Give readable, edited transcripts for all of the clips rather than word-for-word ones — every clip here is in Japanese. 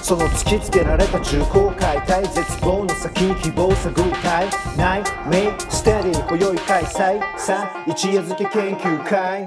その突きつけられた重厚解体絶望の先に希望探るたいないメイステディ今宵開催さあ一夜漬け研究会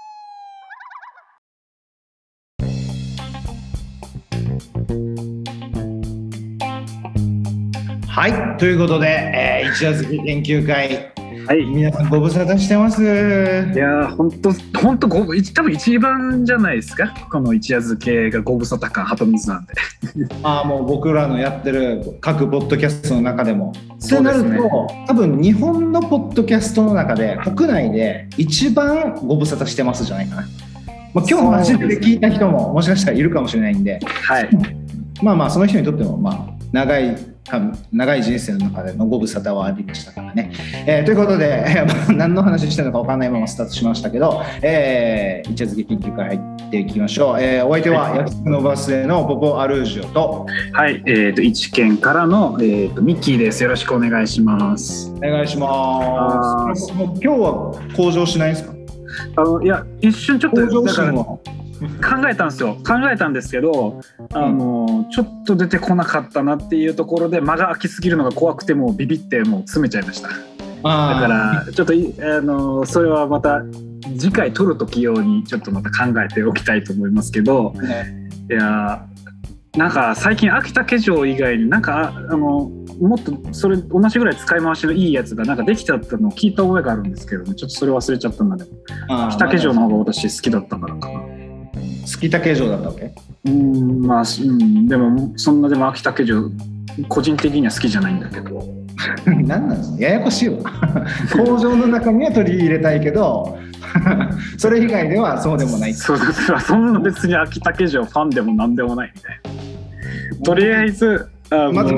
はい、ということで、一夜漬け研究会、 はい、 皆さんご無沙汰してます。いや本当多分一番じゃないですか、この一夜漬けがご無沙汰感鳩水なんでもう僕らのやってる各ポッドキャストの中でもそうですね、 となると多分日本のポッドキャストの中で国内で一番ご無沙汰してますじゃないかな。今日初めて聞いた人ももしかしたらいるかもしれないんで、 はい、 まあその人にとっても長い人生の中でのご無沙汰はありましたからね。ということで、何の話してるのか分からないままスタートしましたけど、一夜漬け研究会入っていきましょう。お相手は約束のバスへのポポアルージオと、 はい、一県からの、ミッキーです。よろしくお願いします。 お願いします。今日は向上しないんですか？ いや一瞬ちょっとだから考えたんですけど、ちょっと出てこなかったなっていうところで間が空きすぎるのが怖くてもうビビってもう詰めちゃいました。だからちょっとそれはまた次回撮る時用にちょっとまた考えておきたいと思いますけど、いやなんか最近秋田家城以外になんかもっとそれ同じぐらい使い回しのいいやつがなんかできちゃったのを聞いた覚えがあるんですけど、ね、ちょっとそれ忘れちゃったので、秋田家城の方が私好きだったからかな。 好き竹城だったわけ？ でもそんなでも秋田家城個人的には好きじゃないんだけど何なんですか？ややこしいわ工場の中には取り入れたいけどそれ以外ではそうでもない。 そんな別に秋田家城ファンでも何でもないみたいな。とりあえずやばい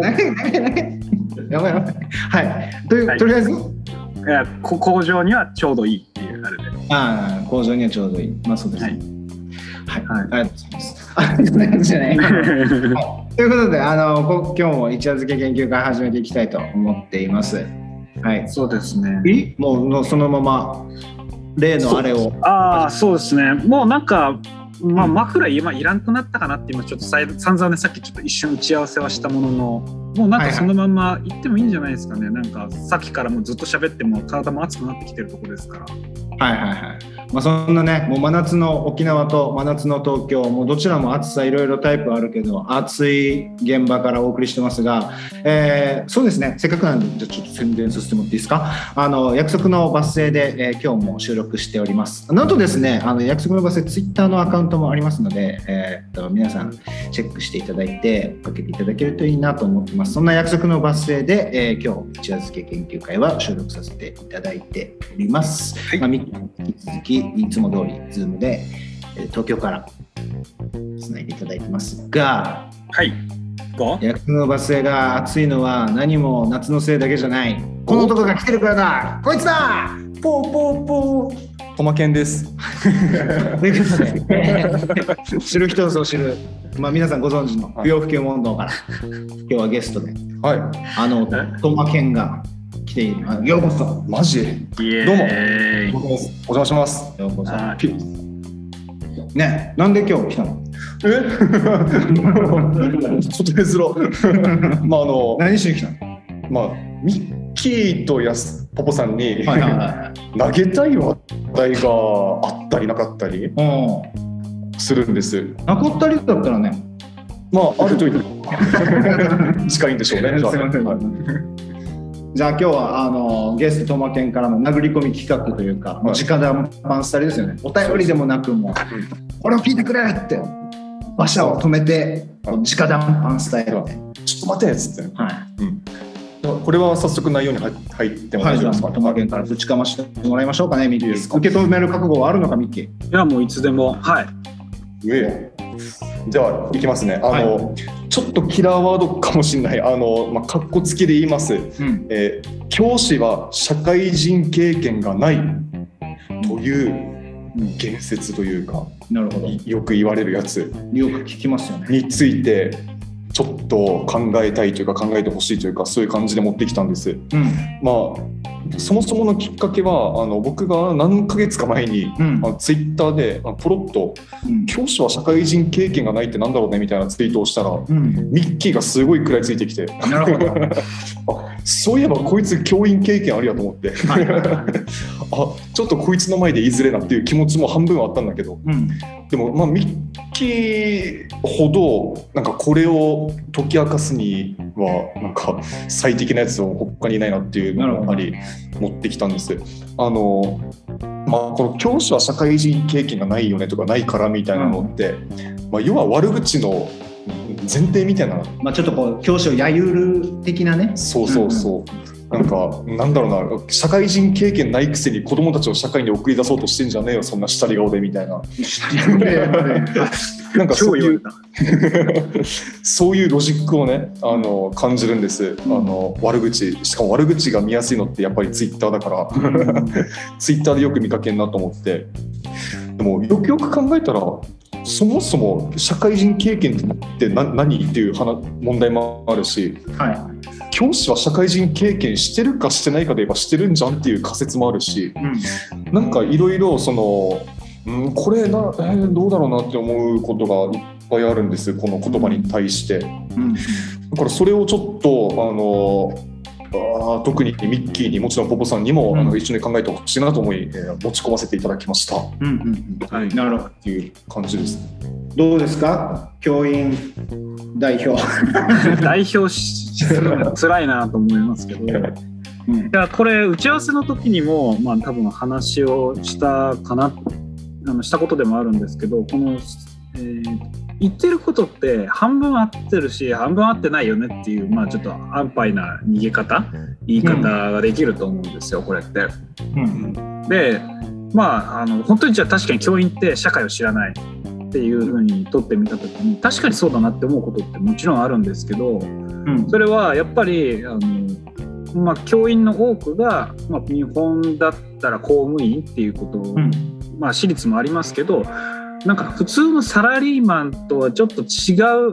はいとりあえず工場にはちょうどいいっていうあれで、 工場にはちょうどいい。そうですね。はい、ありがとうございます。ありがとうございますじゃない。ということで今日も一夜漬け研究会始めていきたいと思っています。はい。 そうですね。 もうそのまま例のあれを。 そうですね。もうなんか枕今いらんくなったかなって今ちょっと散々ねさっきちょっと一瞬打ち合わせはしたものの、もうなんかそのまま行ってもいいんじゃないですかね。なんかさっきからもうずっと喋っても体も熱くなってきてるところですから。 そんなね、もう真夏の沖縄と真夏の東京、もうどちらも暑さいろいろタイプあるけど暑い現場からお送りしてますが、そうですね、せっかくなんでじゃあちょっと宣伝させてもらっていいですか。約束のバス停で、今日も収録しております。なんとですね、約束のバス停ツイッターのアカウントもありますので、皆さんチェックしていただいて追っかけていただけるといいなと思ってます。そんな約束のバス停で、今日一夜漬け研究会は収録させていただいております。引き続きいつも通り Zoom で東京からつないでいただいてますが、約束のバス停が暑いのは何も夏のせいだけじゃない。この男が来てるからだ。こいつだ。ポーポーポー。 トマケンです。 ということで、知る人ぞ知る、皆さんご存知の不要不急問答から今日はゲストで、トマケンが来ている。ようこそ。 マジ？どうも。お邪魔します。 ようこそ。ね、なんで今日来たの？ ちょっと珍。 何しに来たの？ミッキーとポポさんに投げたい話題があったりなかったりするんです。 なかったりだったらね、 あるという近いんでしょうね。 すいません。じゃあ今日はゲストトマケンからの殴り込み企画というか、直談判スタイルですよね。お便りでもなく、もうこれを聞いてくれって馬車を止めて直談判スタイルで、 ちょっと待てっつって、これは早速内容に入っても大丈夫ですか？ トマケンからぶちかましてもらいましょうかね。ミッキー、受け止める覚悟はあるのか、ミッキー？ いや、もういつでも。 じゃあいきますね。ちょっとキラーワードかもしれない、カッコつきで言います、教師は社会人経験がないという言説というか、 なるほど、 よく言われるやつ、 よく聞きますよね。 についてちょっと考えたいというか考えてほしいというかそういう感じで持ってきたんです。まあそもそものきっかけは僕が何ヶ月か前に、ツイッターでポロッと、教師は社会人経験がないってなんだろうねみたいなツイートをしたら、ミッキーがすごい食らいついてきてなるほどそういえばこいつ教員経験ありやと思って、ちょっとこいつの前で言いづれなっていう気持ちも半分はあったんだけど、でもミッキーほどなんかこれを解き明かすにはなんか最適なやつは他にいないなっていうのもあり持ってきたんです。この教師は社会人経験がないよねとかないからみたいなのって、要は悪口の前提みたいな、 ちょっとこう教師を揶揄る的なね。 そうそうそう、なんかなんだろうな、社会人経験ないくせに子供たちを社会に送り出そうとしてんじゃねえよそんな下り顔でみたいななんかそういうそういうロジックをね感じるんです。悪口、しかも悪口が見やすいのってやっぱりツイッターだからツイッターでよく見かけんなと思って、でもよくよく考えたらそもそも社会人経験って何っていう問題もあるし、教師は社会人経験してるかしてないかで言えばしてるんじゃんっていう仮説もあるし、なんかいろいろこれどうだろうなって思うことがいっぱいあるんです、この言葉に対して。だからそれをちょっと特にミッキーにもちろんポポさんにも一緒に考えてほしいなと思い、持ち込ませていただきました。 なるほどっていう感じです。 どうですか、教員代表代表するの辛いなと思いますけど、いやこれ打ち合わせの時にも、多分話をしたかな、したことでもあるんですけど、この、言ってることって半分合ってるし半分合ってないよねっていう、ちょっと安牌な逃げ方、言い方ができると思うんですよ、これって。で、本当にじゃあ確かに教員って社会を知らないっていうふうにとってみた時に確かにそうだなって思うことってもちろんあるんですけど、それはやっぱり教員の多くが、日本だったら公務員っていうことを、私立もありますけど、なんか普通のサラリーマンとはちょっと違う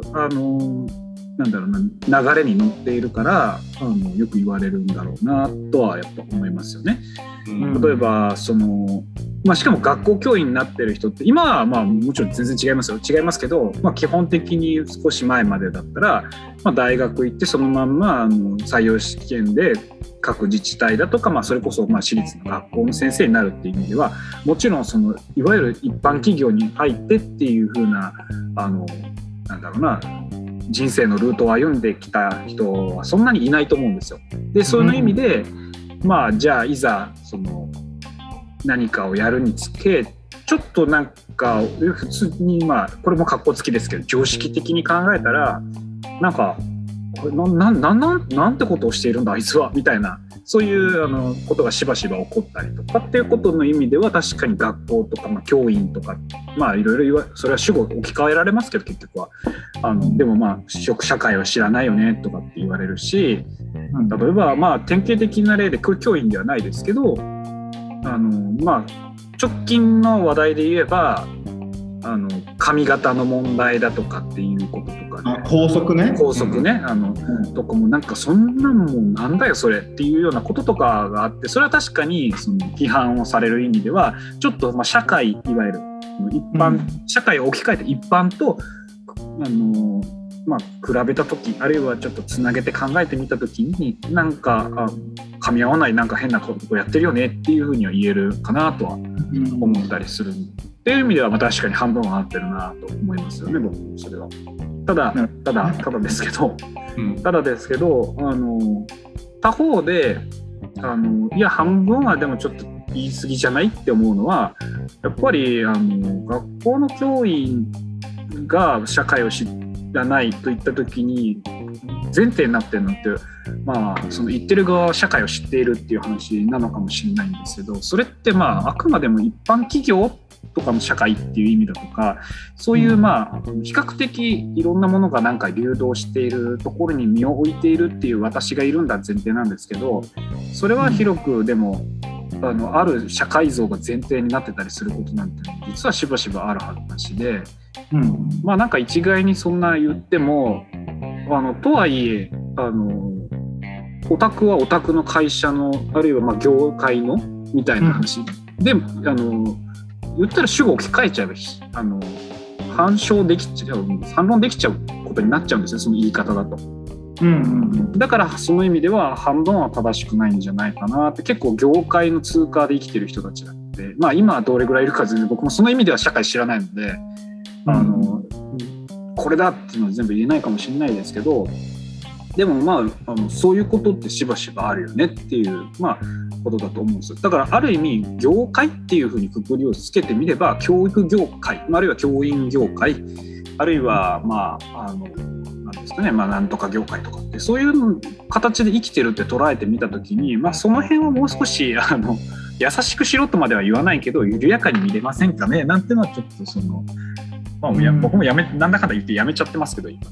流れに乗っているからよく言われるんだろうなとはやっぱ思いますよね。例えばしかも学校教員になってる人って今はもちろん全然違いますけど、基本的に少し前までだったら、大学行ってそのまんま採用試験で各自治体だとか、それこそ私立の学校の先生になるっていう意味ではもちろんいわゆる一般企業に入ってっていう風な人生のルートを歩んできた人はそんなにいないと思うんですよ。でそういう意味で、じゃあいざ何かをやるにつけちょっとなんか普通にこれも格好つきですけど常識的に考えたらなんかなんてことをしているんだあいつはみたいな、そういうことがしばしば起こったりとかっていうことの意味では確かに学校とか、教員とかいろいろそれは主語置き換えられますけど結局はでも社会は知らないよねとかって言われるし、例えば典型的な例でこれ教員ではないですけど直近の話題で言えば髪型の問題だとかっていうこととかね、 校則ねとかもなんかそんなんもうなんだよそれっていうようなこととかがあって、それは確かに批判をされる意味ではちょっと社会いわゆる一般、社会を置き換えて一般と比べた時あるいはちょっとつなげて考えてみた時になんか噛み合わないなんか変なことをやってるよねっていうふうには言えるかなとは思ったりするっていう意味では確かに半分は合ってるなと思いますよね、僕もそれは。ただですけど、他方でいや半分はでもちょっと言い過ぎじゃないって思うのはやっぱり学校の教員が社会を知らないといった時に前提になってるのって言ってる側は社会を知っているっていう話なのかもしれないんですけど、それってあくまでも一般企業とかの社会っていう意味だとかそういう比較的いろんなものがなんか流動しているところに身を置いているっていう私がいるんだ前提なんですけど、それは広くでもある社会像が前提になってたりすることなんて実はしばしばある話で、なんか一概にそんな言ってもとはいえオタクはオタクの会社のあるいはまあ業界のみたいな話、で言ったら主語を置き換えちゃえば反論できちゃうことになっちゃうんですね、その言い方だと。だからその意味では反論は正しくないんじゃないかなって、結構業界の通貨で生きてる人たちだって、まあ今はどれぐらいいるか全然僕もその意味では社会知らないので、これだっていうのは全部言えないかもしれないですけど、でもまあそういうことってしばしばあるよねっていう、まあことだと思うんですよ。だからある意味業界っていうふうにくくりをつけてみれば、教育業界、あるいは教員業界、あるいはまあなんですかね、まあなんとか業界とかってそういう形で生きてるって捉えてみたときに、まあその辺はもう少し優しくしろとまでは言わないけど緩やかに見れませんかねなんてのはちょっとまあ僕もなんだかんだ言ってやめちゃってますけど今。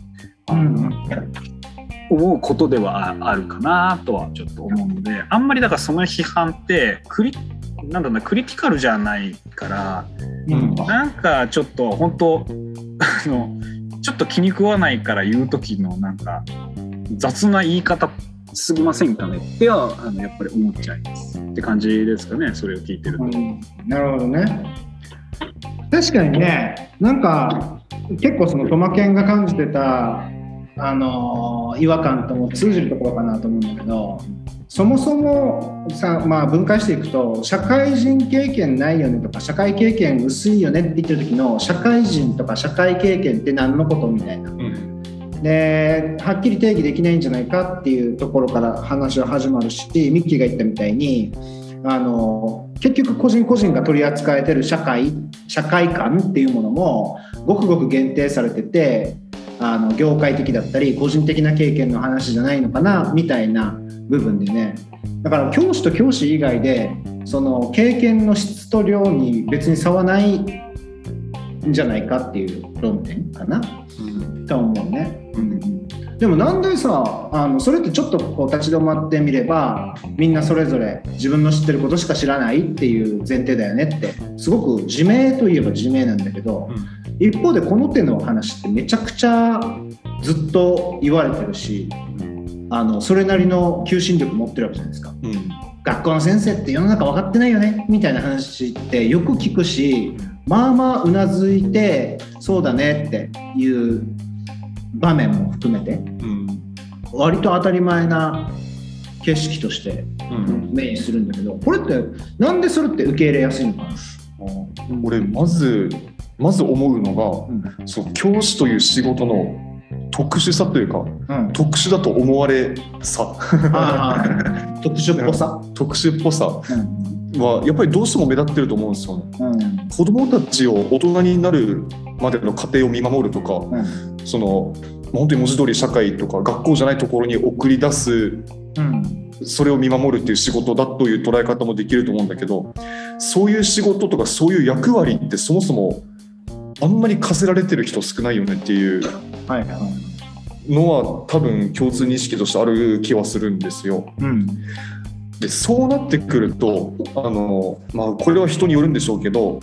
思うことではあるかなとはちょっと思うので、あんまりだからその批判ってクリティカルじゃないから、なんかちょっと本当ちょっと気に食わないから言う時のなんか雑な言い方すぎませんかねってはやっぱり思っちゃいますって感じですかね、それを聞いてると。 なるほどね。確かにね、なんか結構そのトマケンが感じてた違和感とも通じるところかなと思うんだけど、そもそもさ、まあ、分解していくと社会人経験ないよねとか社会経験薄いよねって言ってる時の社会人とか社会経験って何のことみたいな、ではっきり定義できないんじゃないかっていうところから話は始まるし、ミッキーが言ったみたいに結局個人個人が取り扱えてる社会観っていうものもごくごく限定されてて、業界的だったり個人的な経験の話じゃないのかなみたいな部分でね、だから教師と教師以外でその経験の質と量に別に差はないんじゃないかっていう論点かな、と思うね。でもなんでさそれってちょっとこう立ち止まってみればみんなそれぞれ自分の知ってることしか知らないっていう前提だよねって、すごく自明といえば自明なんだけど、一方でこの手の話ってめちゃくちゃずっと言われてるし、それなりの求心力持ってるわけじゃないですか、学校の先生って世の中分かってないよねみたいな話ってよく聞くし、まあまあうなずいてそうだねっていう場面も含めて、割と当たり前な景色として目にするんだけど、これってなんでそれって受け入れやすいのかな。 俺まず思うのが、そう教師という仕事の特殊さというか、特殊だと思われさ特殊っぽさはやっぱりどうしても目立ってると思うんですよね、子どもたちを大人になるまでの過程を見守るとか、その本当に文字通り社会とか学校じゃないところに送り出す、それを見守るっていう仕事だという捉え方もできると思うんだけど、そういう仕事とかそういう役割ってそもそもあんまり課せられてる人少ないよねっていうのは多分共通認識としてある気はするんですよ、でそうなってくるとまあ、これは人によるんでしょうけど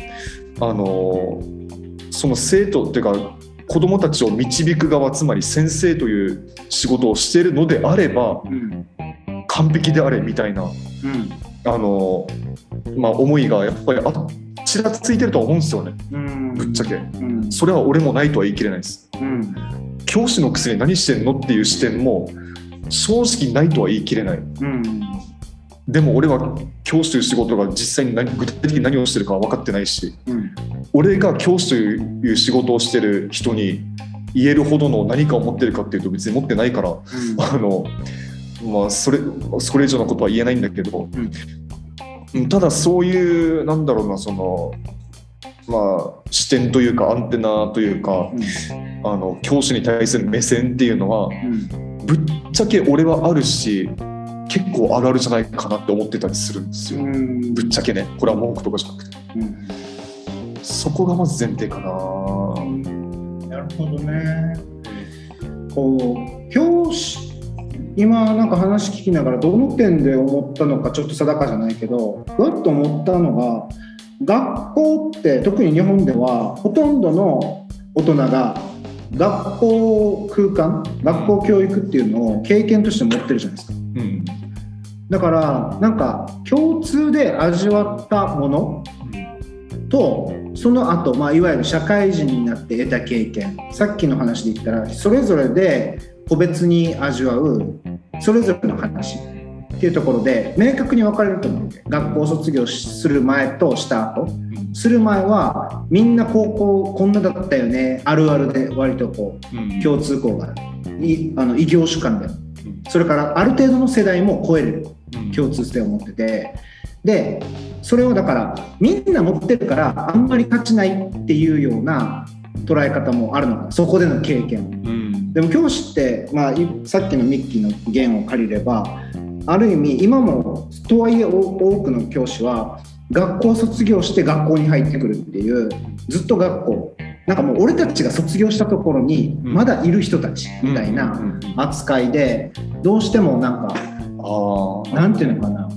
その生徒っていうか子どもたちを導く側、つまり先生という仕事をしているのであれば、完璧であれみたいな、まあ、思いがやっぱりちらついてるとは思うんですよね、ぶっちゃけ、それは俺もないとは言い切れないです、教師のくせに何してんのっていう視点も正直ないとは言い切れない、でも俺は教師という仕事が実際に具体的に何をしてるかは分かってないし、俺が教師という仕事をしてる人に言えるほどの何かを持ってるかっていうと別に持ってないから、まあ、それ以上のことは言えないんだけど、ただそういうなんだろうな、そのまあ視点というかアンテナというか、教師に対する目線っていうのは、ぶっちゃけ俺はあるし結構あるあるじゃないかなって思ってたりするんですよ、ぶっちゃけね。これは文句とかじゃなくて、そこがまず前提かな。 なるほどね。こう教師、今なんか話聞きながらどの点で思ったのかちょっと定かじゃないけど、ふわっと思ったのが、学校って特に日本ではほとんどの大人が学校空間、学校教育っていうのを経験として持ってるじゃないですか。だからなんか共通で味わったものと、その後、いわゆる社会人になって得た経験、さっきの話で言ったらそれぞれで個別に味わうそれぞれの話っていうところで明確に分かれると思うわけ。学校卒業する前とした後、する前はみんな高校こんなだったよね、あるあるで割とこう共通項がある、異業種間で、それからある程度の世代も超えれる共通性を持ってて、でそれをだからみんな持ってるからあんまり価値ないっていうような捉え方もあるのかな、そこでの経験、でも教師って、さっきのミッキーの言を借りればある意味今もとはいえ多くの教師は学校卒業して学校に入ってくるっていう、ずっと学校なんかもう俺たちが卒業したところにまだいる人たちみたいな扱いで、どうしてもなんかなんていうのかな、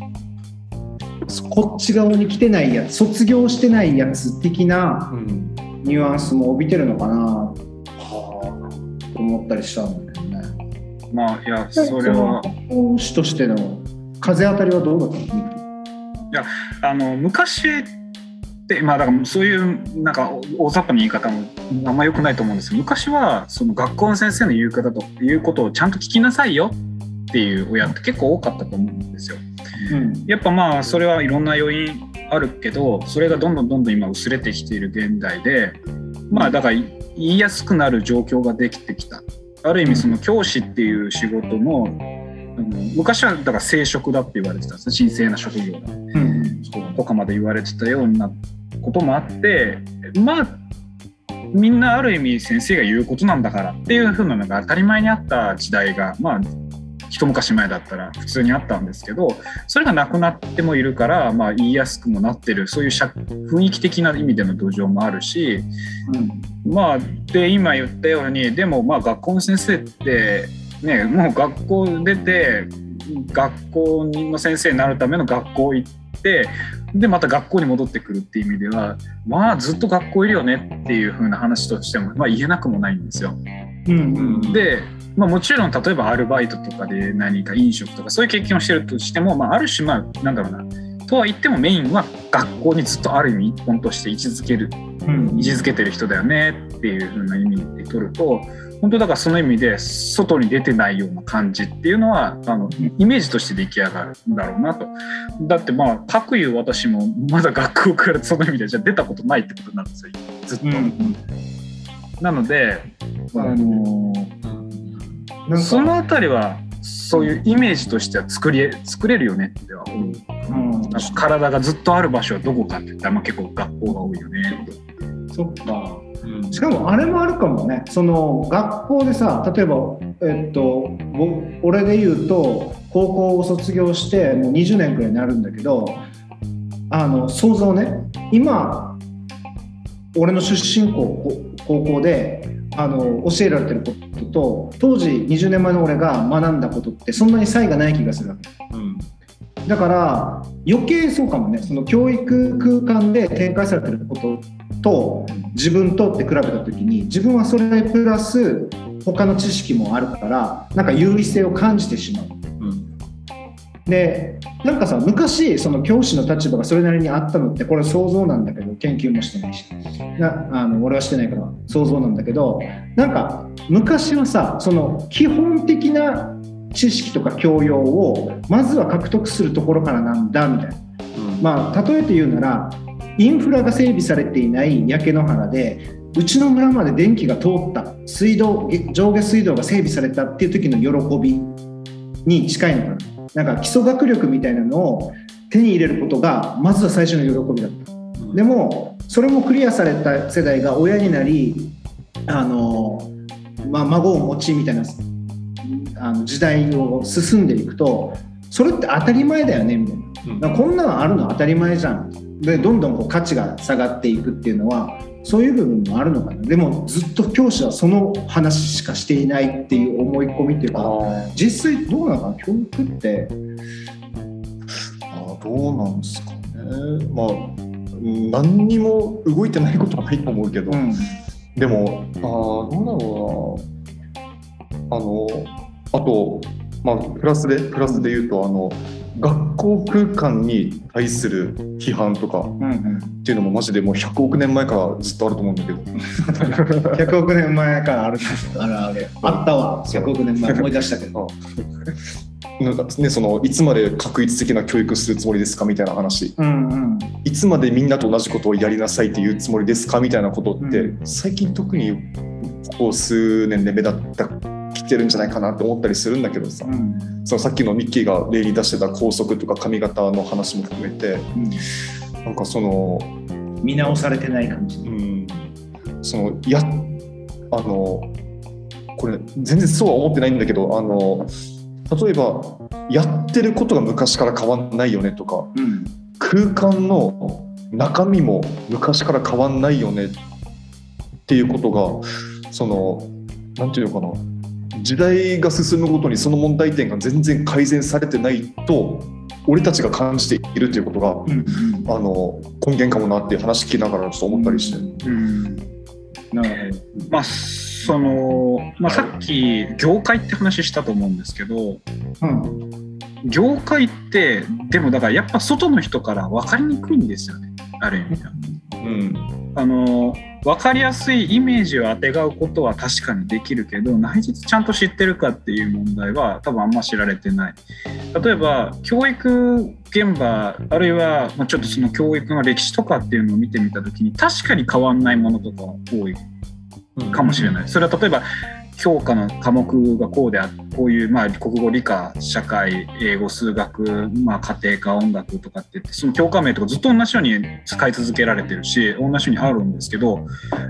こっち側に来てないやつ、卒業してないやつ的なニュアンスも帯びてるのかなと思ったりしたんだけどね。 いやそれは講師としての風当たりはどうだったの？いや昔ってだからそういうなんか大雑把な言い方もあんま良くないと思うんですけど、昔はその学校の先生の言う方ということをちゃんと聞きなさいよっていう親って結構多かったと思うんですよ。やっぱそれはいろんな要因あるけど、それがどんどん今薄れてきている現代で、だから言いやすくなる状況ができてきた。ある意味その教師っていう仕事も、昔はだから正職だって言われてたんですね、神聖な職業だ、とかまで言われてたようなこともあって、みんなある意味先生が言うことなんだからっていう風なのが当たり前にあった時代が一昔前だったら普通にあったんですけど、それがなくなってもいるから、言いやすくもなってる、そういう雰囲気的な意味での土壌もあるし、で今言ったように、でも学校の先生ってね、もう学校出て学校の先生になるための学校行って、でまた学校に戻ってくるっていう意味ではずっと学校いるよねっていう風な話としても言えなくもないんですよ。でもちろん例えばアルバイトとかで何か飲食とかそういう経験をしてるとしても、ある種なんだろうなとは言ってもメインは学校にずっとある意味一本として位置づけてる人だよねっていう風な意味で取ると、本当だからその意味で外に出てないような感じっていうのはイメージとして出来上がるんだろうなと。だってかくいう私もまだ学校からその意味でじゃ出たことないってことなんですよ、ずっと。なのでそのあたりはそういうイメージとしては作れるよねっては思う。体がずっとある場所はどこかって言ったら結構学校が多いよね。 そっか。しかもあれもあるかもね、その学校でさ、例えば、俺で言うと高校を卒業してもう20年くらいになるんだけど、想像ね、今俺の出身高校で教えられてることと当時20年前の俺が学んだことってそんなに差異がない気がするわけ、だから余計そうかもね。その教育空間で展開されてることと自分とって比べた時に、自分はそれプラス他の知識もあるからなんか優位性を感じてしまう、でなんかさ、昔その教師の立場がそれなりにあったのって、これ想像なんだけど研究もしてないし俺はしてないから想像なんだけど、なんか昔はさ、その基本的な知識とか教養をまずは獲得するところからなんだみたいな、例えて言うならインフラが整備されていない焼け野原でうちの村まで電気が通った、上下水道が整備されたっていう時の喜びに近いのかな。なんか基礎学力みたいなのを手に入れることがまずは最初の喜びだった、でもそれもクリアされた世代が親になり孫を持ちみたいな時代を進んでいくと、それって当たり前だよねみたいな、こんなのあるの当たり前じゃんで、どんどん価値が下がっていくっていうのはそういう部分もあるのかな。でもずっと教師はその話しかしていないっていう思い込みっていうか、実際どうなのかな、教育ってどうなんですかね。何にも動いてないことはないと思うけど、 でもどうだろうな、あと、プラスで言うと学校空間に対する批判とかっていうのもマジでもう100億年前からずっとあると思うんだけど 100億年前からあるあったわ。100億年前思い出したけどなんかね、いつまで画一的な教育するつもりですかみたいな話、いつまでみんなと同じことをやりなさいっていうつもりですかみたいなことって、最近特にここ数年で目立ってきてるんじゃないかなって思ったりするんだけどさ、そのさっきのミッキーが例に出してた校則とか髪型の話も含めて、なんか見直されてない感じ、 これ全然そうは思ってないんだけど、例えばやってることが昔から変わんないよねとか、空間の中身も昔から変わんないよねっていうことが、なんていうのかな、時代が進むごとにその問題点が全然改善されてないと俺たちが感じているということが、根源かもなっていう話聞きながらちょっと思ったりして、 なるほど。さっき業界って話したと思うんですけど、業界ってでもだからやっぱ外の人から分かりにくいんですよね、ある意味では。分かりやすいイメージをあてがうことは確かにできるけど、内実ちゃんと知ってるかっていう問題は多分あんま知られてない。例えば教育現場、あるいはちょっとその教育の歴史とかっていうのを見てみたときに、確かに変わんないものとか多いかもしれない。それは例えば教科の科目がこうでこういう国語理科社会英語数学、家庭科音楽とかって言って、その教科名とかずっと同じように使い続けられてるし、同じようにあるんですけど、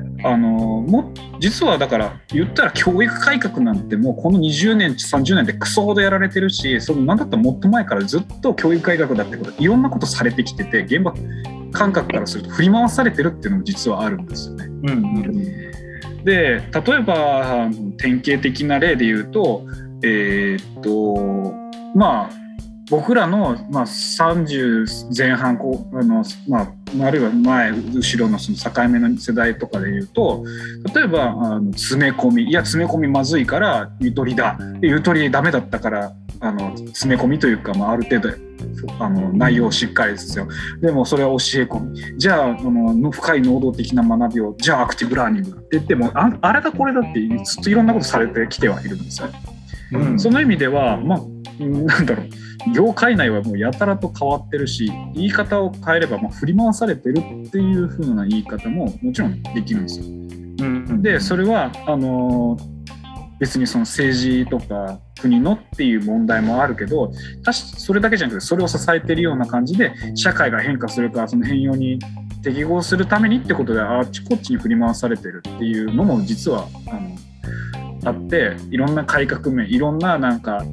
実はだから言ったら教育改革なんてもうこの20年30年でクソほどやられてるし、なんだったらもっと前からずっと教育改革だってこと、いろんなことされてきてて、現場感覚からすると振り回されてるっていうのも実はあるんですよね。で、例えば典型的な例で言うと、僕らの30前半あるいは前後ろのその境目の世代とかで言うと、例えば詰め込みまずいからゆとりだ、ゆとりダメだったから詰め込みというか、ある程度内容しっかりですよ。でもそれは教え込み、じゃあ深い能動的な学びを、じゃあアクティブラーニングって言っても、あれだこれだってずっといろんなことされてきてはいるんですよ。その意味ではなんだろう、業界内はもうやたらと変わってるし、言い方を変えれば振り回されてるっていう風な言い方ももちろんできるんですよ。でそれは別にその政治とか国のっていう問題もあるけど、それだけじゃなくてそれを支えているような感じで、社会が変化するからその変容に適合するためにってことであっちこっちに振り回されてるっていうのも実はあって、いろんな改革面、いろんな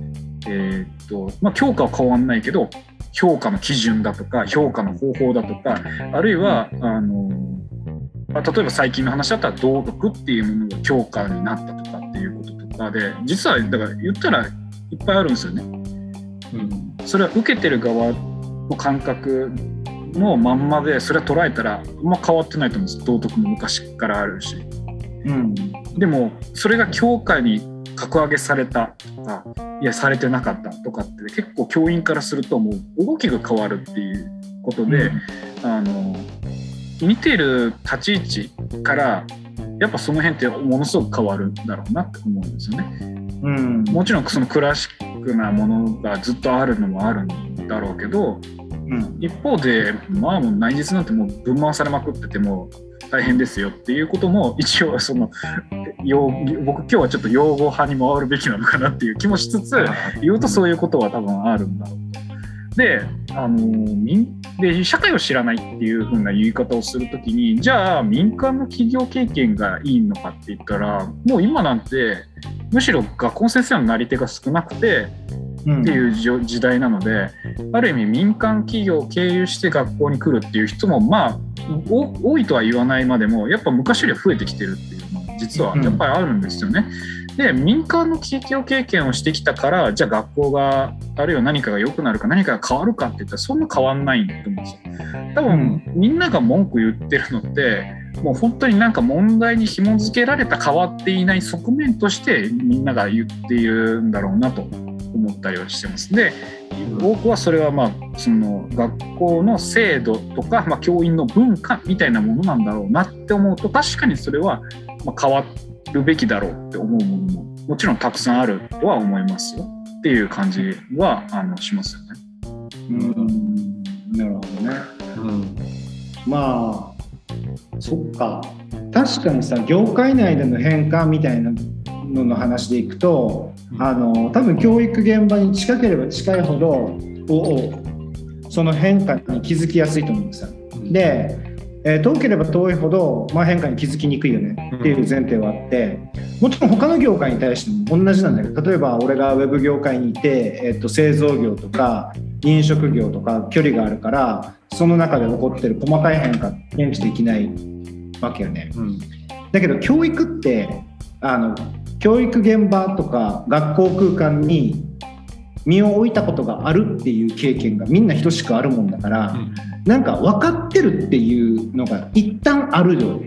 教科は変わんないけど評価の基準だとか評価の方法だとか、あるいは例えば最近の話だったら道徳っていうものが教科になったとかっていうこととかで、実はだから言ったらいっぱいあるんですよね。それは受けてる側の感覚のまんまで、それは捉えたらあんま変わってないと思うんです。道徳も昔からあるし、でもそれが教科に格上げされたとか、いやされてなかったとかって結構教員からするともう動きが変わるっていうことで、見てる立ち位置からやっぱその辺ってものすごく変わるんだろうなって思うんですよね。もちろんそのクラシックなものがずっとあるのもあるんだろうけど、一方でもう内実なんてもう分回されまくってても大変ですよっていうことも一応僕今日はちょっと用語派に回るべきなのかなっていう気もしつつ言うと、そういうことは多分あるんだろうと。で社会を知らないっていう風な言い方をするときに、じゃあ民間の企業経験がいいのかって言ったら、もう今なんてむしろ学校の先生のなり手が少なくてっていう時代なので、ある意味民間企業を経由して学校に来るっていう人も多いとは言わないまでもやっぱ昔より増えてきてるっていうのは実はやっぱりあるんですよね。で民間の企業経験をしてきたから、じゃあ学校があるいは何かが良くなるか何かが変わるかって言ったらそんな変わんないと思うんですよ。多分みんなが文句言ってるのってもう本当になんか問題に紐付けられた変わっていない側面としてみんなが言っているんだろうなと思ったりはしてます。で、僕はそれはその学校の制度とか、教員の文化みたいなものなんだろうなって思うと、確かにそれは変わるべきだろうって思うものももちろんたくさんあるとは思いますよっていう感じはしますよね。 なるほどね。そっか。確かにさ、業界内での変化みたいなのの話でいくと、多分教育現場に近ければ近いほどその変化に気づきやすいと思うんですよ。で、遠ければ遠いほど、変化に気づきにくいよねっていう前提はあって、もちろん他の業界に対しても同じなんだけど、例えば俺がウェブ業界にいて、製造業とか飲食業とか距離があるから、その中で起こってる細かい変化検知できないわけよね。だけど教育って教育現場とか学校空間に身を置いたことがあるっていう経験がみんな等しくあるもんだから、なんか分かってるっていうのが一旦あるよ。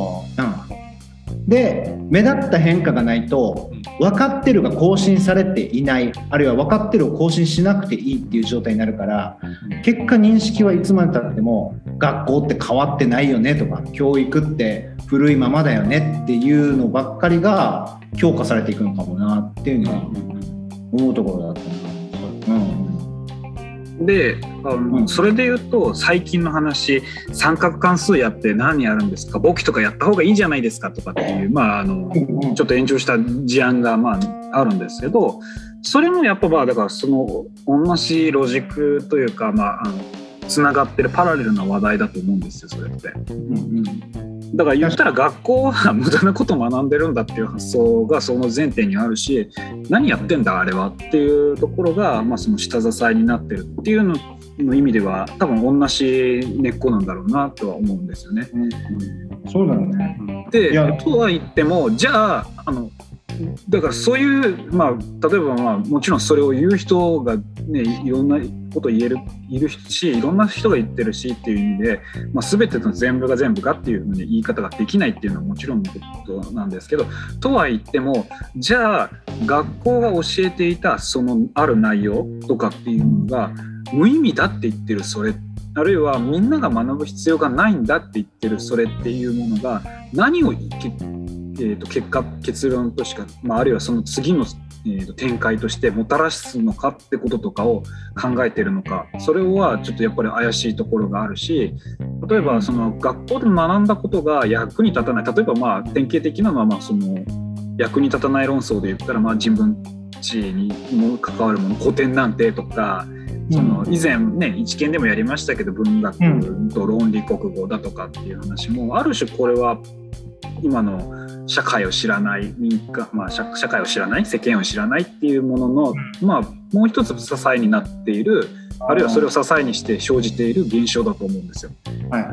で、目立った変化がないと分かってるが更新されていない、あるいは分かってるを更新しなくていいっていう状態になるから、結果認識はいつまでたっても学校って変わってないよねとか、教育って古いままだよねっていうのばっかりが強化されていくのかもなっていうのは思うところだったな。 で、それで言うと最近の話、三角関数やって何やるんですか、簿記とかやった方がいいんじゃないですかとかっていう、ちょっと延長した事案があるんですけど、それもやっぱだからその同じロジックというか、つながってるパラレルな話題だと思うんですよ、それって。だから言ったら学校は無駄なことを学んでるんだっていう発想がその前提にあるし、何やってんだあれはっていうところが、その下支えになってるっていうの意味では多分同じ根っこなんだろうなとは思うんですよね。 そうだね。 で、とは言っても、じゃあだからそういう、例えばもちろんそれを言う人がね、いろんなこと言えるいるし、いろんな人が言ってるしっていう意味で、全ての全部が全部かっていうふうに言い方ができないっていうのはもちろんのことなんですけど、とは言っても、じゃあ学校が教えていたそのある内容とかっていうのが無意味だって言ってるそれ、あるいはみんなが学ぶ必要がないんだって言ってるそれっていうものが何を結論としか、あるいはその次の、展開としてもたらすのかってこととかを考えてるのか、それはちょっとやっぱり怪しいところがあるし、例えばその学校で学んだことが役に立たない、例えば典型的なのはその役に立たない論争で言ったら、人文知にも関わるもの、古典なんてとか、その以前ね一見でもやりましたけど、文学と論理国語だとかっていう話もある種、これは今の社会を知らない社会を知らない、世間を知らないっていうものの、もう一つ支えになっている、あるいはそれを支えにして生じている現象だと思うんですよ。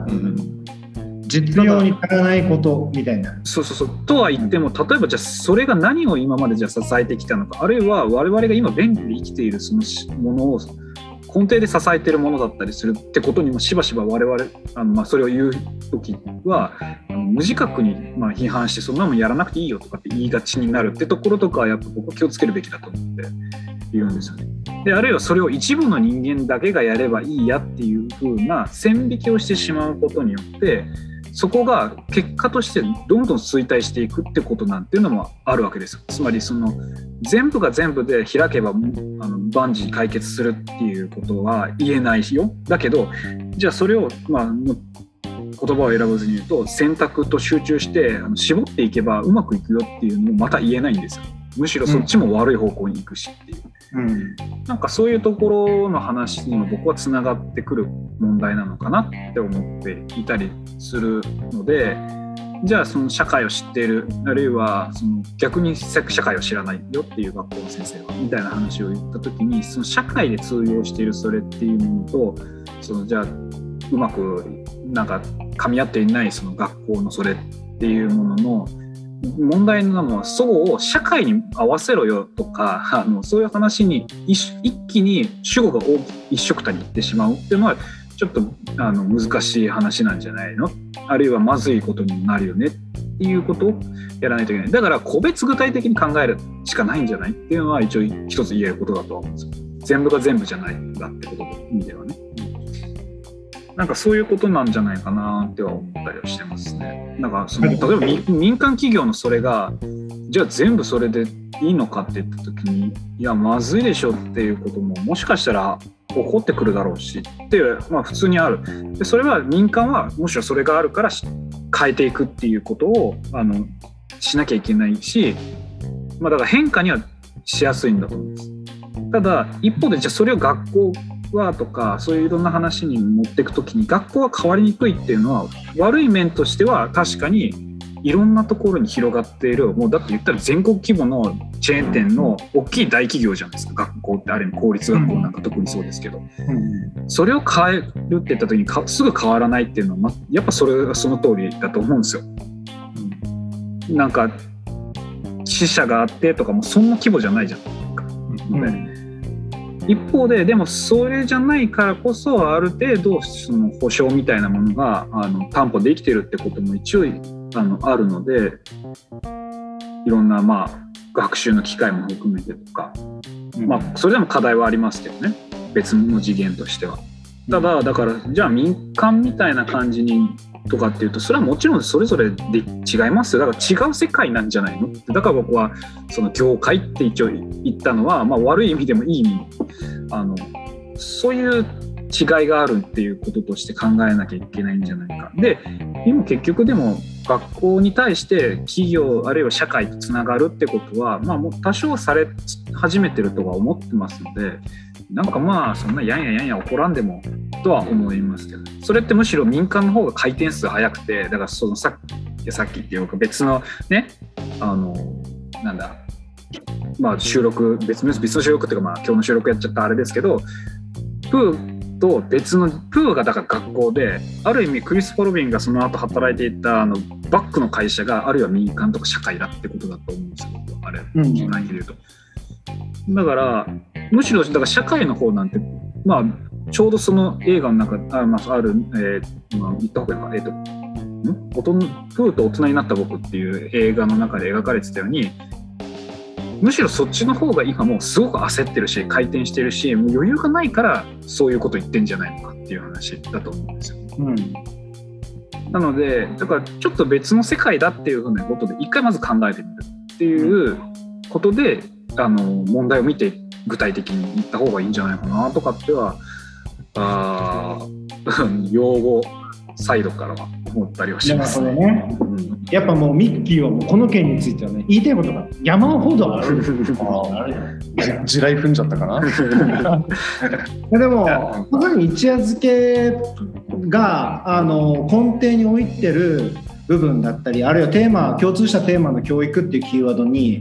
実用に足らないことみたいな。 そうとは言っても、例えばじゃあそれが何を今までじゃあ支えてきたのか、あるいは我々が今便利で生きているそのものを根底で支えているものだったりするってことにもしばしば我々それを言う時は無自覚に批判して、そんなもんやらなくていいよとかって言いがちになるってところとかはやっぱ僕は気をつけるべきだと思っているんですよね。で、あるいはそれを一部の人間だけがやればいいやっていう風な線引きをしてしまうことによって、そこが結果としてどんどん衰退していくってことなんていうのもあるわけですよ。つまりその全部が全部で開けば万事解決するっていうことは言えないよ。だけどじゃあそれを言葉を選ばずに言うと、選択と集中して絞っていけばうまくいくよっていうのもまた言えないんですよ。むしろそっちも悪い方向に行くしっていう、なんかそういうところの話にも僕はつながってくる問題なのかなって思っていたりするので、じゃあその社会を知っている、あるいはその逆に社会を知らないよっていう学校の先生はみたいな話を言った時に、その社会で通用しているそれっていうものと、そのじゃあうまくなんか噛み合っていないその学校のそれっていうものの問題なのは、そうを社会に合わせろよとかそういう話に一気に主語が一緒くたにいってしまうっていうのはちょっと難しい話なんじゃないの、あるいはまずいことになるよねっていうことをやらないといけない。だから個別具体的に考えるしかないんじゃないっていうのは一応一つ言えることだとは思うんですよ。全部が全部じゃないんだってことの意味ではね。なんかそういうことなんじゃないかなっては思ったりはしてますね。なんか例えば民間企業のそれがじゃあ全部それでいいのかって言った時に、いやまずいでしょっていうことももしかしたら起こってくるだろうしっていう、普通にある。でそれは民間はむしろそれがあるから変えていくっていうことをしなきゃいけないし、だから変化にはしやすいんだと思うんです。ただ一方でじゃあそれを学校はとかそういういろんな話に持っていくときに学校は変わりにくいっていうのは悪い面としては確かにいろんなところに広がっている、もうだって言ったら全国規模のチェーン店の大きい大企業じゃないですか。学校ってある意味公立学校なんか特にそうですけど、それを変えるって言った時にすぐ変わらないっていうのはやっぱそれがその通りだと思うんですよ。なんか死者があってとかもそんな規模じゃないじゃん。一方ででもそれじゃないからこそある程度その保証みたいなものが担保できてるってことも一応あるので、いろんな学習の機会も含めてとか、それでも課題はありますけどね、別の次元としては。ただだからじゃあ民間みたいな感じにとかっていうと、それはもちろんそれぞれで違いますよ。だから違う世界なんじゃないの。だから僕はその業界って一応言ったのは、悪い意味でもいい意味そういう違いがあるっていうこととして考えなきゃいけないんじゃないか。で今結局でも学校に対して企業あるいは社会とつながるってことはもう多少され始めてるとは思ってますので、なんかそんなやんや怒らんでもとは思いますけど、それってむしろ民間の方が回転数早くて、だからそのさっきっていうか別のね収録別の収録っていうか今日の収録やっちゃったあれですけど、プーと別のプーがだから学校で、ある意味クリス・ポロビンがその後働いていたバックの会社があるいは民間とか社会だってことだと思うんですよ、あれ言うと。だからむしろだから社会の方なんてちょうどその映画の中ある言った方がいいか、プーと大人になった僕っていう映画の中で描かれてたように、むしろそっちの方が今もうすごく焦ってるし回転してるし、もう余裕がないからそういうこと言ってんじゃないのかっていう話だと思うんですよ。なのでだからちょっと別の世界だっていうふうなことで一回まず考えてみるっていうことで問題を見て具体的に言った方がいいんじゃないかなとかっては用語サイドからは思ったりはしますね。 やっぱもうミッキーはもうこの件についてはね、言いたいことが山ほどある。 地雷踏んじゃったかな。 でもまさに一夜漬けが根底に置いてる部分だったり、あるいは共通したテーマの教育っていうキーワードに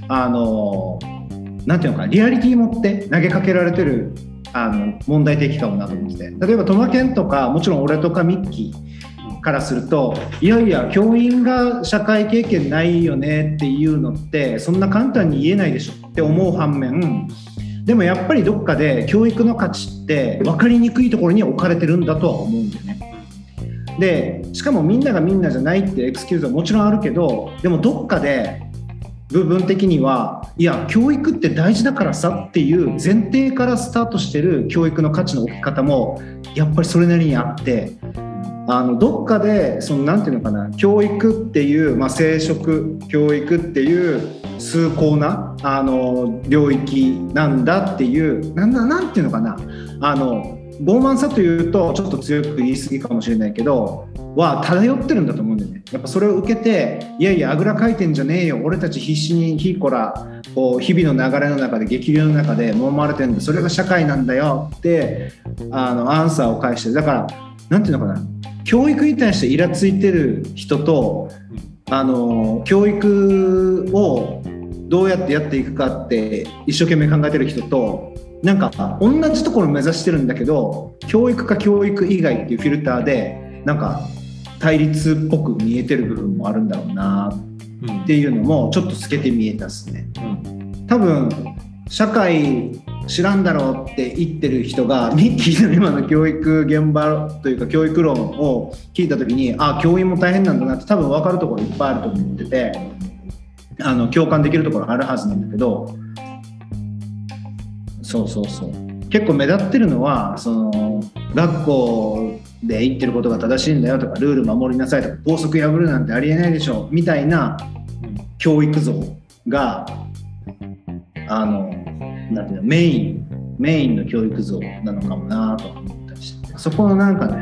なんていうのかリアリティ持って投げかけられてる問題提起かもなと思ってて、例えばトマケンとかもちろん俺とかミッキーからすると、いやいや教員が社会経験ないよねっていうのってそんな簡単に言えないでしょって思う反面、でもやっぱりどっかで教育の価値って分かりにくいところに置かれてるんだとは思うんだよね。でしかもみんながみんなじゃないってエクスキューズはもちろんあるけど、でもどっかで部分的にはいや教育って大事だからさっていう前提からスタートしてる教育の価値の置き方もやっぱりそれなりにあって、どっかでなんていうのかな、教育っていう、生殖教育っていう崇高な領域なんだっていうなんていうのかな、傲慢さというとちょっと強く言い過ぎかもしれないけどは漂ってるんだと思うんだよね。やっぱそれを受けて、いやいやあぐらかいてんじゃねえよ、俺たち必死に日々の流れの中で激流の中で揉まれてるんだ、それが社会なんだよってアンサーを返して、だからなんていうのかな、教育に対してイラついてる人と教育をどうやってやっていくかって一生懸命考えてる人と、なんか同じところを目指してるんだけど教育か教育以外っていうフィルターでなんか対立っぽく見えてる部分もあるんだろうなっていうのもちょっと透けて見えたっすね。多分社会知らんだろうって言ってる人がミッキーの今の教育現場というか教育論を聞いた時に、教員も大変なんだなって多分分かるところいっぱいあると思ってて、共感できるところあるはずなんだけど、そう結構目立ってるのはその学校で言ってることが正しいんだよとか、ルール守りなさいとか、校則破るなんてありえないでしょみたいな教育像がなんていうの、メインの教育像なのかもなと思ったりして、そこのなんか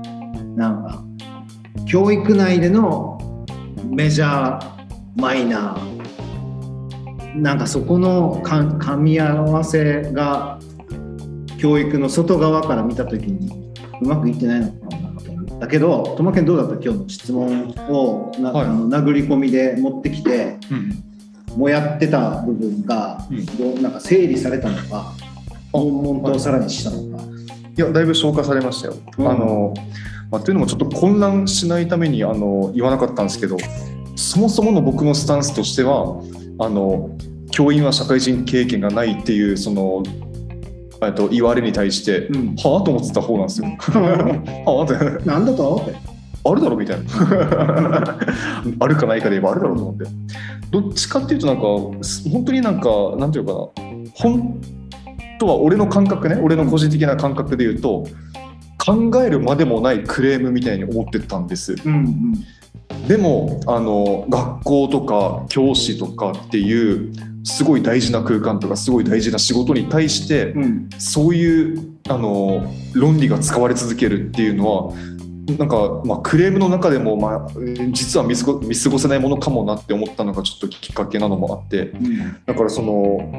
教育内でのメジャーマイナー、なんかそこの噛み合わせが教育の外側から見た時にうまくいってないのかなと思ったけど、トマケンどうだった？今日の質問を殴り込みで持ってきて、もやってた部分がなんか整理されたのか、悶々とさらにしたのか。 いや、だいぶ消化されましたよ。というのもちょっと混乱しないために言わなかったんですけど、そもそもの僕のスタンスとしては教員は社会人経験がないっていうその言われに対して、はぁと思ってた方なんですよ。はぁってなんだとあるだろみたいなあるかないかで言えばあるだろうと思って、どっちかっていうとなんか本当になんていうかな、本当は俺の感覚ね、俺の個人的な感覚で言うと、考えるまでもないクレームみたいに思ってたんです、でも学校とか教師とかっていうすごい大事な空間とかすごい大事な仕事に対して、そういう論理が使われ続けるっていうのはなんか、クレームの中でも、実は見過ごせないものかもなって思ったのがちょっときっかけなのもあって、だからその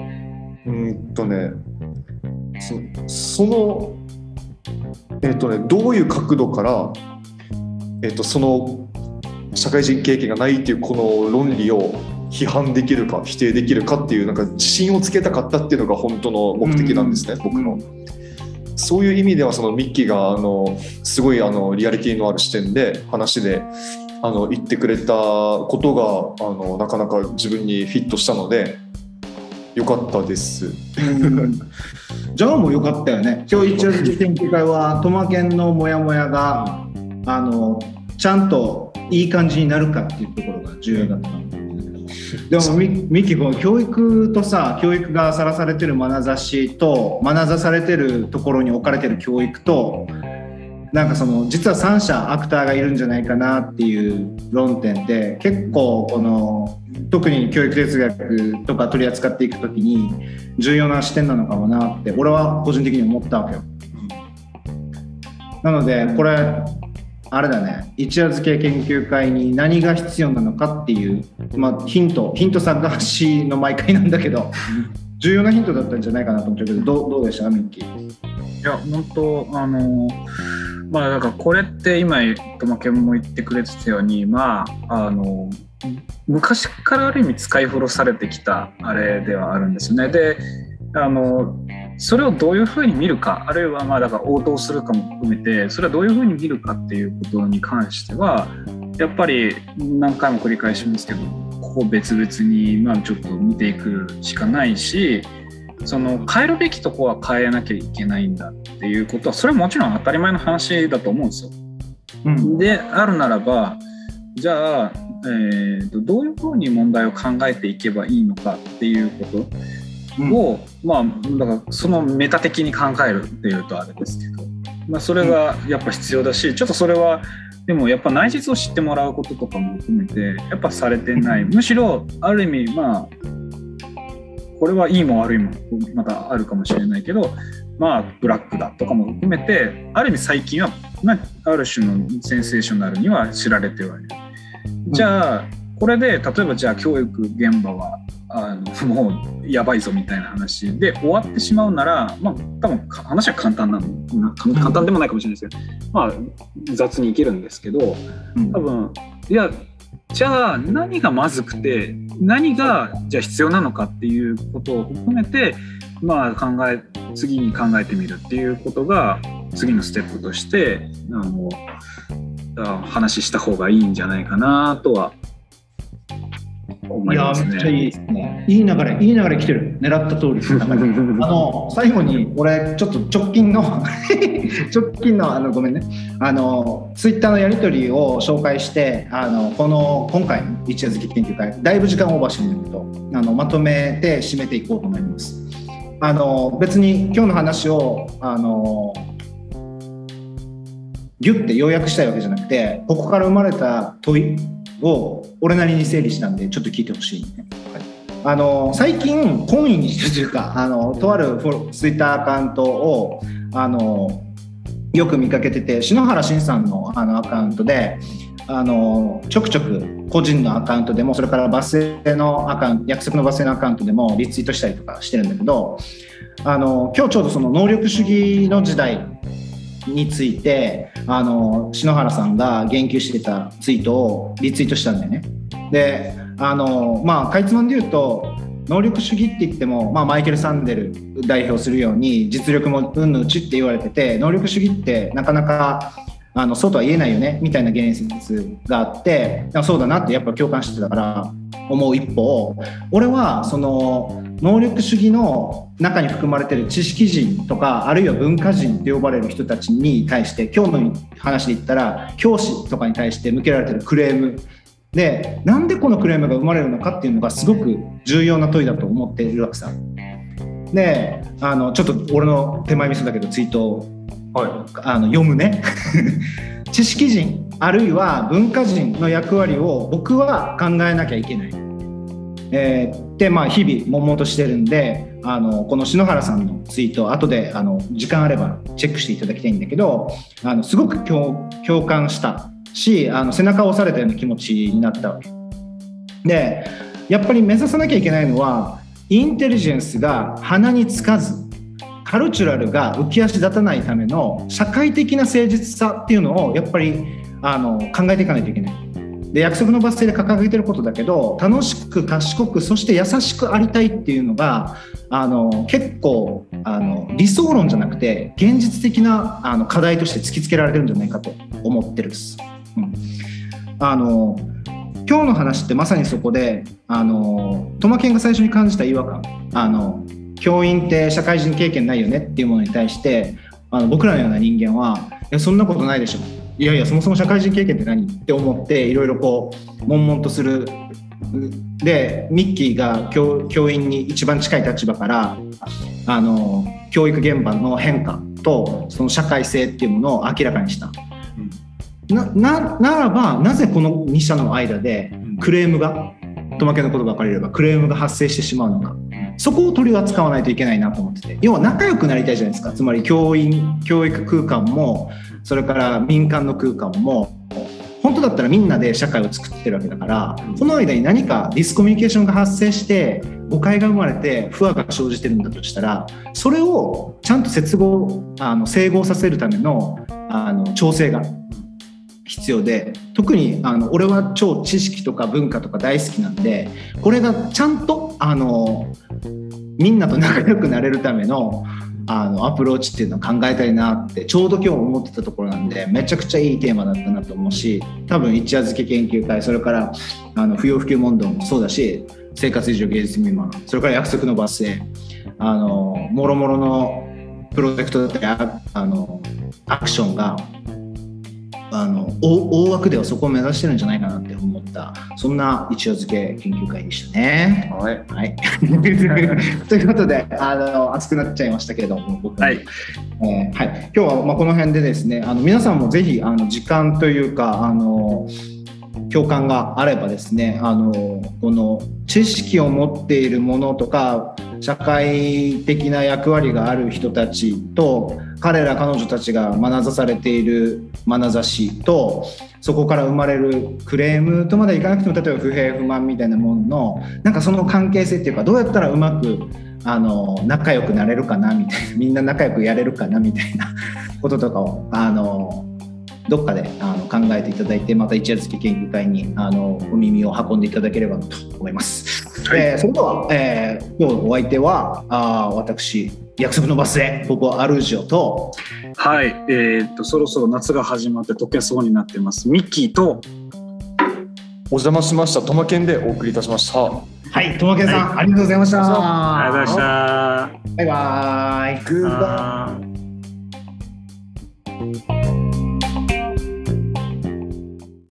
どういう角度から、その社会人経験がないっていうこの論理を批判できるか否定できるかっていうなんか自信をつけたかったっていうのが本当の目的なんですね、僕の。そういう意味ではそのミッキーがすごいリアリティのある視点で話で言ってくれたことがなかなか自分にフィットしたのでよかったです。 じゃあもうよかったよね。今日一応研究会はトマケンのモヤモヤがちゃんといい感じになるかっていうところが重要だったのでもミキこの教育とさ、教育がさらされてる眼差しと眼差されてるところに置かれてる教育と、なんかその実は3者アクターがいるんじゃないかなっていう論点って結構特に教育哲学とか取り扱っていくときに重要な視点なのかもなって俺は個人的に思ったわけよ。なのでこれあれだね、一夜漬け研究会に何が必要なのかっていう、ヒント探しの毎回なんだけど重要なヒントだったんじゃないかなと思ってるけど、どうでしたミッキー？ いや本当だからこれって今トマケンも言ってくれてたように昔からある意味使い古されてきたあれではあるんですよね。でそれをどういうふうに見るか、あるいはだから応答するかも含めてそれはどういうふうに見るかっていうことに関してはやっぱり何回も繰り返しますけど、ここ別々にちょっと見ていくしかないし、変えるべきとこは変えなきゃいけないんだっていうことはそれはもちろん当たり前の話だと思うんですよ。であるならばじゃあ、どういうふうに問題を考えていけばいいのかっていうことを、だからそのメタ的に考えるっていうとあれですけど、それがやっぱ必要だし、ちょっとそれはでもやっぱ内実を知ってもらうこととかも含めてやっぱされてない。むしろある意味これはいいも悪いもまたあるかもしれないけど、ブラックだとかも含めてある意味最近は、ある種のセンセーショナルには知られてはいる。じゃあこれで例えばじゃあ教育現場はもうやばいぞみたいな話で終わってしまうなら、多分話は簡単簡単でもないかもしれないですけど、雑にいけるんですけど、多分いやじゃあ何がまずくて何がじゃあ必要なのかっていうことを含めて次に考えてみるっていうことが次のステップとして話した方がいいんじゃないかなとは思いますね。 いやめっちゃいいですね。いい流れ来てる。狙った通りです。最後に俺ちょっと直近のごめんね、ツイッターのやり取りを紹介して、今回の一夜漬け研究会だいぶ時間オーバーしてるんだけど、まとめて締めていこうと思います。別に今日の話をギュッて要約したいわけじゃなくて、ここから生まれた問いを俺なりに整理したんでちょっと聞いてほしいね。最近懇意にしてるというか、とあるツイッターアカウントをよく見かけてて、篠原慎さんのアカウントでちょくちょく個人のアカウントでも、それからバスへのアカウント、約束のバスへのアカウントでもリツイートしたりとかしてるんだけど、今日ちょうどその能力主義の時代について篠原さんが言及してたツイートをリツイートしたんだよね。でかいつまんで言うと、能力主義って言っても、マイケル・サンデル代表するように実力も運のうちって言われてて、能力主義ってなかなかそうとは言えないよねみたいな言説があって、そうだなってやっぱ共感してたから思う一方、俺はその能力主義の中に含まれている知識人とか、あるいは文化人って呼ばれる人たちに対して、今日の話で言ったら教師とかに対して向けられているクレームで、なんでこのクレームが生まれるのかっていうのがすごく重要な問いだと思っているわけさ。でちょっと俺の手前味噌だけどツイートを、読むね知識人あるいは文化人の役割を僕は考えなきゃいけない、で日々悶々としてるんで、この篠原さんのツイート後で時間あればチェックしていただきたいんだけど、すごく共感したし、背中を押されたような気持ちになったわけで、やっぱり目指さなきゃいけないのは、インテリジェンスが鼻につかずカルチュラルが浮き足立たないための社会的な誠実さっていうのをやっぱり考えていかないといけない。で、約束のバス停で掲げてることだけど、楽しく賢くそして優しくありたいっていうのが結構理想論じゃなくて現実的な課題として突きつけられてるんじゃないかと思ってるんです。今日の話ってまさにそこでトマケンが最初に感じた違和感、教員って社会人経験ないよねっていうものに対して僕らのような人間はいやそんなことないでしょ、いやいやそもそも社会人経験って何って思っていろいろこう悶々とする。でミッキーが 教員に一番近い立場から教育現場の変化とその社会性っていうものを明らかにした。ならばなぜこの2者の間でクレームが、トマケの言葉を借りればクレームが発生してしまうのか、そこを取り扱わないといけないなと思ってて、要は仲良くなりたいじゃないですか。つまり教育空間もそれから民間の空間も本当だったらみんなで社会を作ってるわけだから、この間に何かディスコミュニケーションが発生して誤解が生まれて不和が生じてるんだとしたら、それをちゃんと整合させるための調整が必要で、特に俺は超知識とか文化とか大好きなんで、これがちゃんとみんなと仲良くなれるためのアプローチっていうのを考えたいなってちょうど今日思ってたところなんで、めちゃくちゃいいテーマだったなと思うし、多分一夜漬け研究会、それから不要不急問答もそうだし、生活以上芸術未満、それから約束のバスへもろもろのプロジェクトだったりアクションが大枠ではそこを目指してるんじゃないかなって思った、そんな一夜漬け研究会でしたね。はい、はい、ということで熱くなっちゃいましたけれども、僕は、はいはい、今日はこの辺でですね、皆さんもぜひ時間というか共感があればですね、この知識を持っているものとか社会的な役割がある人たちと、彼ら彼女たちが眼差されている眼差しと、そこから生まれるクレームとまでいかなくても、例えば不平不満みたいなもののなんかその関係性っていうか、どうやったらうまく仲良くなれるかなみたいな、みんな仲良くやれるかなみたいなこととかをどっかで考えていただいて、また一夜漬け研究会にお耳を運んでいただければと思います。それでは、今日お相手は私約束のバスへポポアルジオと、 はい、そろそろ夏が始まって溶けそうになってますミッキーと、 お邪魔しましたトマケンでお送りいたしました。 はい、トマケンさん、ありがとうございました。 ありがとうございました。 バイバイ。 グッバイ。